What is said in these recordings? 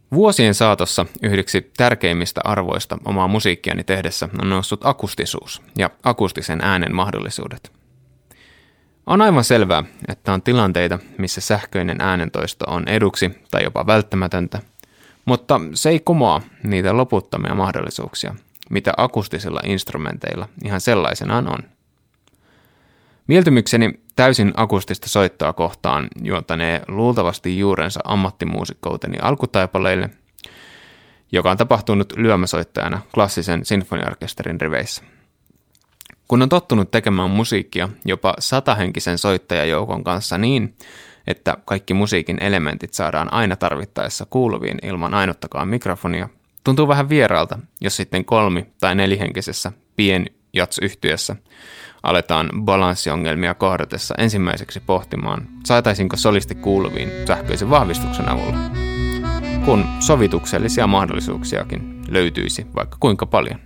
Vuosien saatossa yhdeksi tärkeimmistä arvoista omaa musiikkiani tehdessä on noussut akustisuus ja akustisen äänen mahdollisuudet. On aivan selvää, että on tilanteita, missä sähköinen äänentoisto on eduksi tai jopa välttämätöntä, mutta se ei kumoa niitä loputtomia mahdollisuuksia, mitä akustisilla instrumenteilla ihan sellaisenaan on. Mieltymykseni täysin akustista soittoa kohtaan juontanee luultavasti juurensa ammattimuusikkouteni alkutaipaleille, joka on tapahtunut lyömäsoittajana klassisen sinfoniaorkesterin riveissä. Kun on tottunut tekemään musiikkia jopa 100-henkisen soittajajoukon kanssa niin, että kaikki musiikin elementit saadaan aina tarvittaessa kuuluviin ilman ainuttakaan mikrofonia, tuntuu vähän vieraalta, jos sitten 3- tai 4-henkisessä pienjats-yhtyessä aletaan balanssiongelmia kohdatessa ensimmäiseksi pohtimaan, saataisinko solisti kuuluviin sähköisen vahvistuksen avulla, kun sovituksellisia mahdollisuuksiakin löytyisi vaikka kuinka paljon.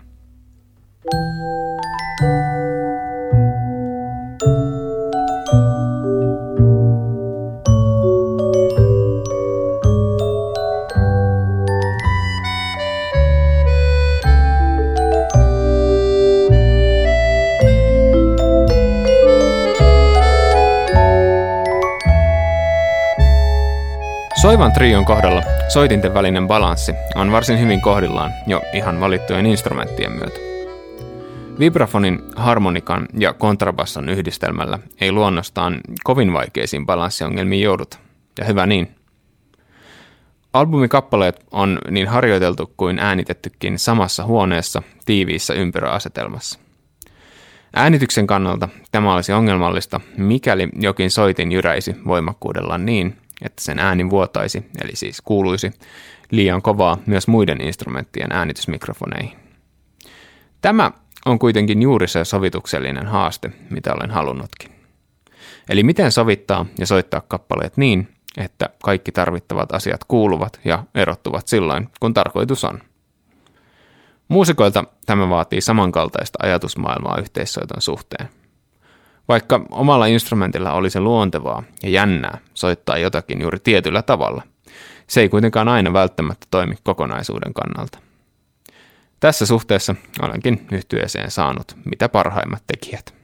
Soivan trion kohdalla soitinten välinen balanssi on varsin hyvin kohdillaan jo ihan valittujen instrumenttien myötä. Vibrafonin, harmonikan ja kontrabasson yhdistelmällä ei luonnostaan kovin vaikeisiin balanssiongelmiin jouduta, ja hyvä niin. Albumikappaleet on niin harjoiteltu kuin äänitettykin samassa huoneessa tiiviissä ympyräasetelmassa. Äänityksen kannalta tämä olisi ongelmallista, mikäli jokin soitin jyräisi voimakkuudellaan niin, että sen ääni vuotaisi, eli siis kuuluisi, liian kovaa myös muiden instrumenttien äänitysmikrofoneihin. Tämä on kuitenkin juuri se sovituksellinen haaste, mitä olen halunnutkin. Eli miten sovittaa ja soittaa kappaleet niin, että kaikki tarvittavat asiat kuuluvat ja erottuvat silloin, kun tarkoitus on. Muusikoilta tämä vaatii samankaltaista ajatusmaailmaa yhteissoiton suhteen. Vaikka omalla instrumentilla olisi luontevaa ja jännää soittaa jotakin juuri tietyllä tavalla, se ei kuitenkaan aina välttämättä toimi kokonaisuuden kannalta. Tässä suhteessa olenkin yhtyeeseen saanut mitä parhaimmat tekijät.